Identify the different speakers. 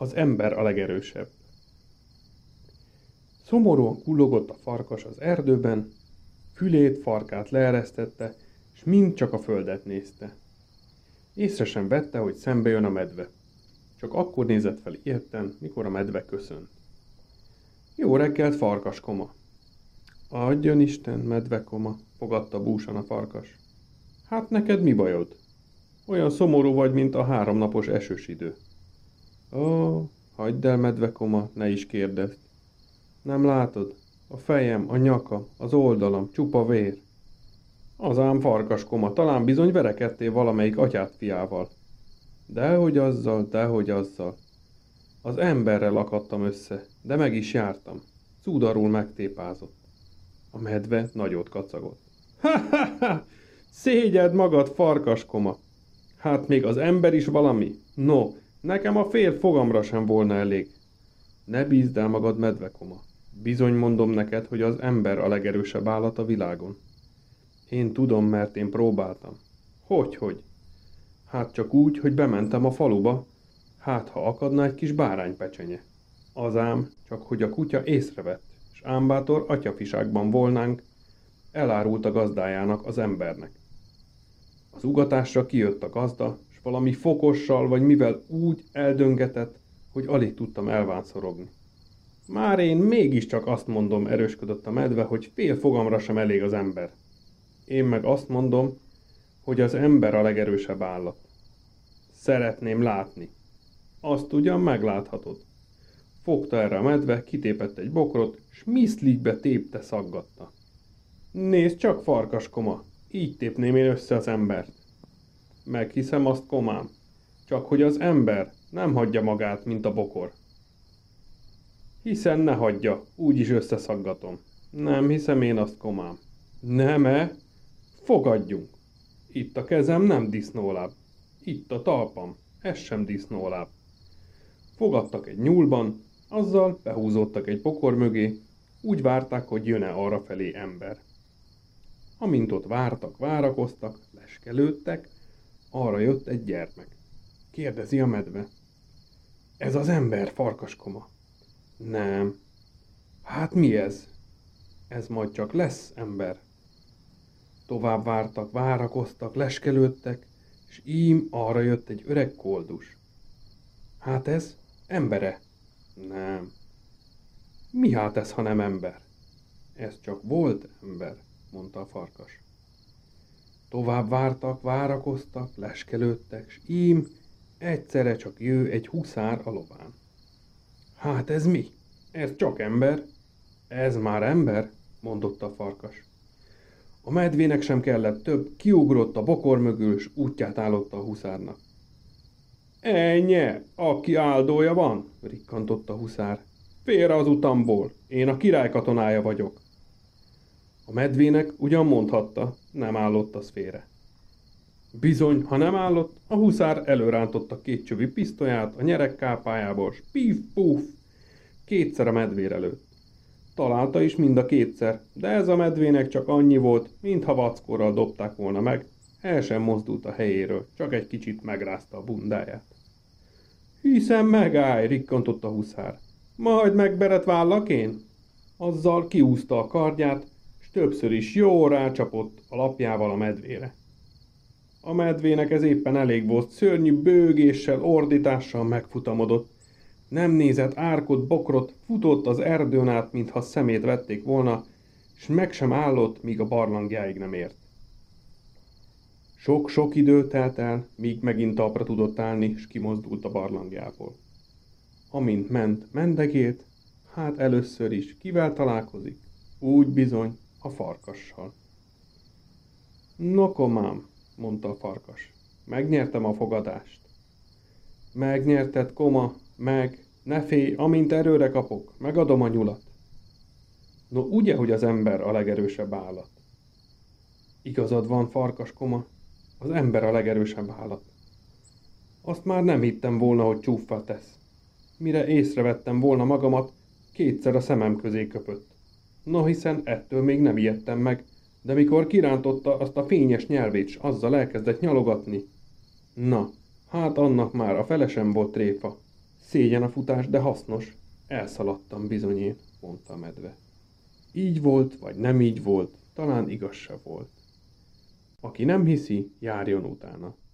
Speaker 1: Az ember a legerősebb. Szomorúan kullogott a farkas az erdőben, fülét, farkát leeresztette, és mind csak a földet nézte. Észre sem vette, hogy szembe jön a medve. Csak akkor nézett fel ilyetten, mikor a medve köszönt. Jó reggelt, farkaskoma! Adjon Isten, medvekoma, fogadta búsan a farkas. Hát neked mi bajod? Olyan szomorú vagy, mint a 3 napos esős idő. Ó, hagyd el, medvekoma, ne is kérdezd. Nem látod? A fejem, a nyaka, az oldalam, csupa vér. Az ám, farkaskoma, talán bizony verekedtél valamelyik atyád fiával. Dehogy azzal. Az emberrel akadtam össze, de meg is jártam. Cúdarul megtépázott. A medve nagyot kacagott. Ha! Szégyeld magad, farkaskoma! Hát még az ember is valami? No, nekem a fél fogamra sem volna elég. Ne bízd el magad, medvekoma. Bizony mondom neked, hogy az ember a legerősebb állat a világon. Én tudom, mert én próbáltam. Hogy? Hát csak úgy, hogy bementem a faluba. Hát, ha akadna egy kis báránypecsenye. Az ám, csak hogy a kutya észrevett, és ámbátor atyafiságban volnánk, elárult a gazdájának, az embernek. Az ugatásra kijött a gazda, és valami fokossal vagy mivel úgy eldöngetett, hogy alig tudtam elvánszorogni. Már én mégiscsak azt mondom, erősködött a medve, hogy fél fogamra sem elég az ember. Én meg azt mondom, hogy az ember a legerősebb állat. Szeretném látni. Azt ugyan megláthatod. Fogta erre a medve, kitépett egy bokrot, s miszlikbe tépte, szaggatta. Nézd csak, farkaskoma, így tépném én össze az embert. Meghiszem azt, komám, csak hogy az ember nem hagyja magát, mint a bokor. Hiszen ne hagyja, úgyis összeszaggatom. Nem hiszem én azt, komám. Nem-e? Fogadjunk. Itt a kezem nem disznóláb. Itt a talpam, ez sem disznóláb. Fogadtak egy nyúlban, azzal behúzódtak egy bokor mögé, úgy várták, hogy jön-e arrafelé ember. Amint ott vártak, várakoztak, leskelődtek, arra jött egy gyermek. Kérdezi a medve. Ez az ember, farkaskoma? Nem. Hát mi ez? Ez majd csak lesz ember. Tovább vártak, várakoztak, leskelődtek, és ím arra jött egy öreg koldus. Hát ez embere? Nem. Mi hát ez, ha nem ember? Ez csak volt ember, mondta a farkas. Tovább vártak, várakoztak, leskelődtek, s ím egyszerre csak jő egy huszár a lován. Hát ez mi? Ez csak ember? Ez már ember? Mondotta a farkas. A medvének sem kellett több, kiugrott a bokor mögül, s útját állotta a huszárnak. Ennyi, aki áldója van, rikkantott a huszár. Félre az utamból, én a király katonája vagyok. A medvének ugyan mondhatta, nem állott az félre. Bizony, ha nem állott, a huszár előrántotta 2 csövi pisztolyát a nyeregkápájából, s pif-puf, 2-szer a medvére lőtt. Találta is mind a 2-szer, de ez a medvének csak annyi volt, mintha vackóral dobták volna meg, el sem mozdult a helyéről, csak egy kicsit megrázta a bundáját. Hiszen megállj, rikkantott a huszár. Majd megberet vállak én? Azzal kiúzta a kardját, s többször is jól rácsapott a lapjával a medvére. A medvének ez éppen elég volt, szörnyű bőgéssel, ordítással megfutamodott. Nem nézett árkot, bokrot, futott az erdőn át, mintha szemét vették volna, s meg sem állott, míg a barlangjáig nem ért. Sok-sok idő telt el, míg megint talpra tudott állni, s kimozdult a barlangjából. Amint ment, mendegélt, hát először is kivel találkozik? Úgy bizony, a farkassal. No, komám, mondta a farkas, megnyertem a fogadást. Megnyerted, koma, ne félj, amint erőre kapok, megadom a nyulat. No, ugye, hogy az ember a legerősebb állat? Igazad van, farkas, koma, az ember a legerősebb állat. Azt már nem hittem volna, hogy csúffá tesz. Mire észrevettem volna magamat, 2-szer a szemem közé köpött. No, hiszen ettől még nem ijedtem meg, de mikor kirántotta azt a fényes nyelvét, s azzal elkezdett nyalogatni. Na, hát annak már a fele sem volt tréfa. Szégyen a futás, de hasznos. Elszaladtam bizony én, mondta a medve. Így volt, vagy nem így volt, talán igaz se volt. Aki nem hiszi, járjon utána.